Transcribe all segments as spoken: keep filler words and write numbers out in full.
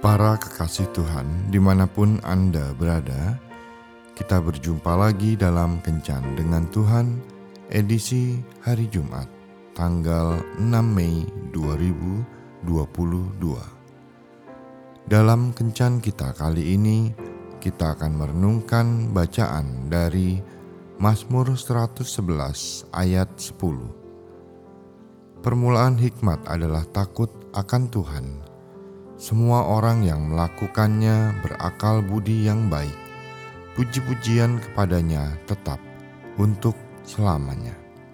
Para kekasih Tuhan, dimanapun Anda berada, kita berjumpa lagi dalam Kencan dengan Tuhan, edisi hari Jumat, tanggal enam Mei dua ribu dua puluh dua. Dalam Kencan kita kali ini, kita akan merenungkan bacaan dari Mazmur seratus sebelas ayat sepuluh. Permulaan hikmat adalah takut akan Tuhan. Semua orang yang melakukannya berakal budi yang baik. Puji-pujian kepadanya tetap untuk selamanya.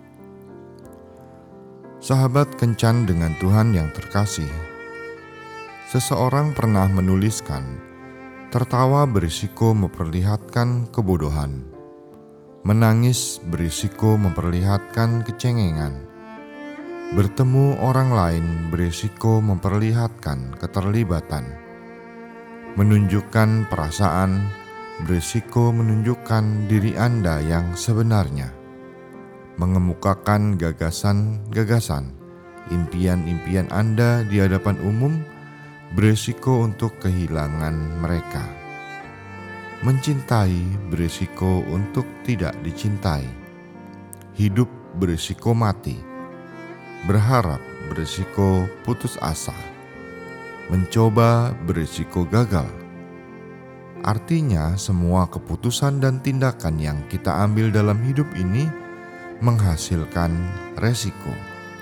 Sahabat Kencan dengan Tuhan yang terkasih, seseorang pernah menuliskan, tertawa berisiko memperlihatkan kebodohan, menangis berisiko memperlihatkan kecengengan. Bertemu orang lain berisiko memperlihatkan keterlibatan. Menunjukkan perasaan berisiko menunjukkan diri Anda yang sebenarnya. Mengemukakan gagasan-gagasan, impian-impian Anda di hadapan umum berisiko untuk kehilangan mereka. Mencintai berisiko untuk tidak dicintai. Hidup berisiko mati. Berharap berisiko putus asa, mencoba berisiko gagal. Artinya semua keputusan dan tindakan yang kita ambil dalam hidup ini menghasilkan resiko.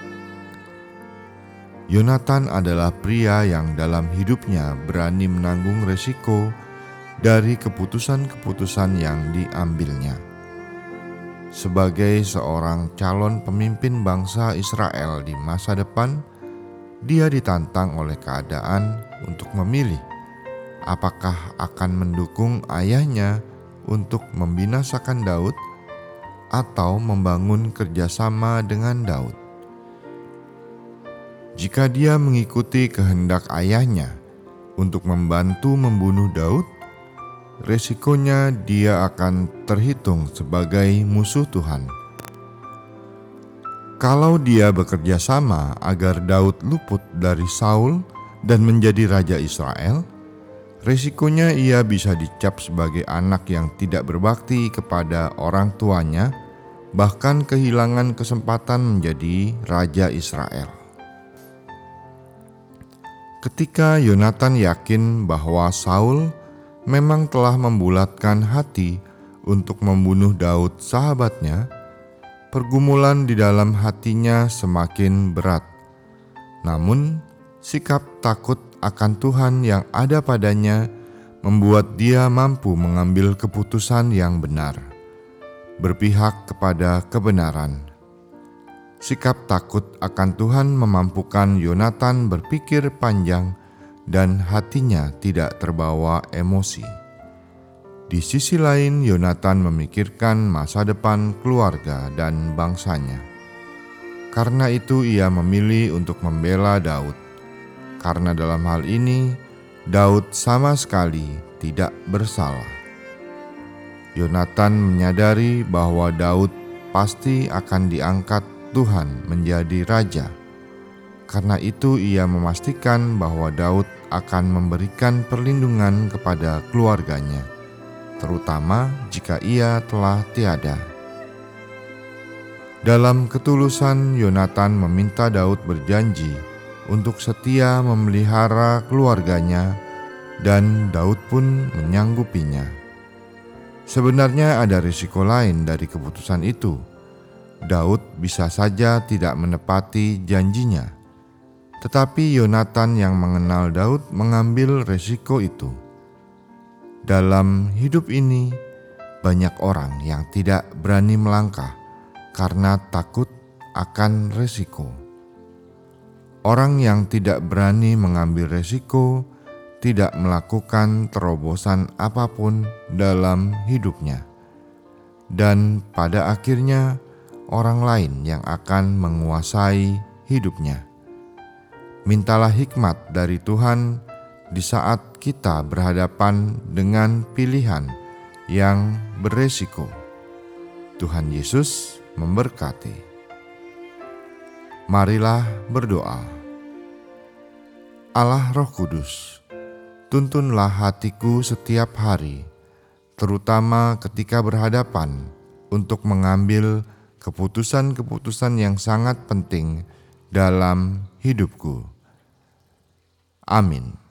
Yonatan adalah pria yang dalam hidupnya berani menanggung resiko dari keputusan-keputusan yang diambilnya. Sebagai seorang calon pemimpin bangsa Israel di masa depan, dia ditantang oleh keadaan untuk memilih apakah akan mendukung ayahnya untuk membinasakan Daud atau membangun kerjasama dengan Daud. Jika dia mengikuti kehendak ayahnya untuk membantu membunuh Daud, resikonya dia akan terhitung sebagai musuh Tuhan. Kalau dia bekerja sama agar Daud luput dari Saul dan menjadi raja Israel, resikonya ia bisa dicap sebagai anak yang tidak berbakti kepada orang tuanya, bahkan kehilangan kesempatan menjadi raja Israel. Ketika Yonatan yakin bahwa Saul memang telah membulatkan hati untuk membunuh Daud sahabatnya, pergumulan di dalam hatinya semakin berat. Namun, sikap takut akan Tuhan yang ada padanya membuat dia mampu mengambil keputusan yang benar, berpihak kepada kebenaran. Sikap takut akan Tuhan memampukan Yonatan berpikir panjang dan hatinya tidak terbawa emosi. Di sisi lain, Yonatan memikirkan masa depan keluarga dan bangsanya. Karena itu ia memilih untuk membela Daud. Karena dalam hal ini, Daud sama sekali tidak bersalah. Yonatan menyadari bahwa Daud pasti akan diangkat Tuhan menjadi raja. Karena itu ia memastikan bahwa Daud akan memberikan perlindungan kepada keluarganya, terutama jika ia telah tiada. Dalam ketulusan, Yonatan meminta Daud berjanji untuk setia memelihara keluarganya, dan Daud pun menyanggupinya. Sebenarnya ada risiko lain dari keputusan itu. Daud bisa saja tidak menepati janjinya. Tetapi Yonatan yang mengenal Daud mengambil resiko itu. Dalam hidup ini, banyak orang yang tidak berani melangkah karena takut akan resiko. Orang yang tidak berani mengambil resiko tidak melakukan terobosan apapun dalam hidupnya. Dan pada akhirnya, orang lain yang akan menguasai hidupnya. Mintalah hikmat dari Tuhan di saat kita berhadapan dengan pilihan yang beresiko. Tuhan Yesus memberkati. Marilah berdoa. Allah Roh Kudus, Tuntunlah hatiku setiap hari, terutama ketika berhadapan untuk mengambil keputusan-keputusan yang sangat penting dalam hidupku. Amin.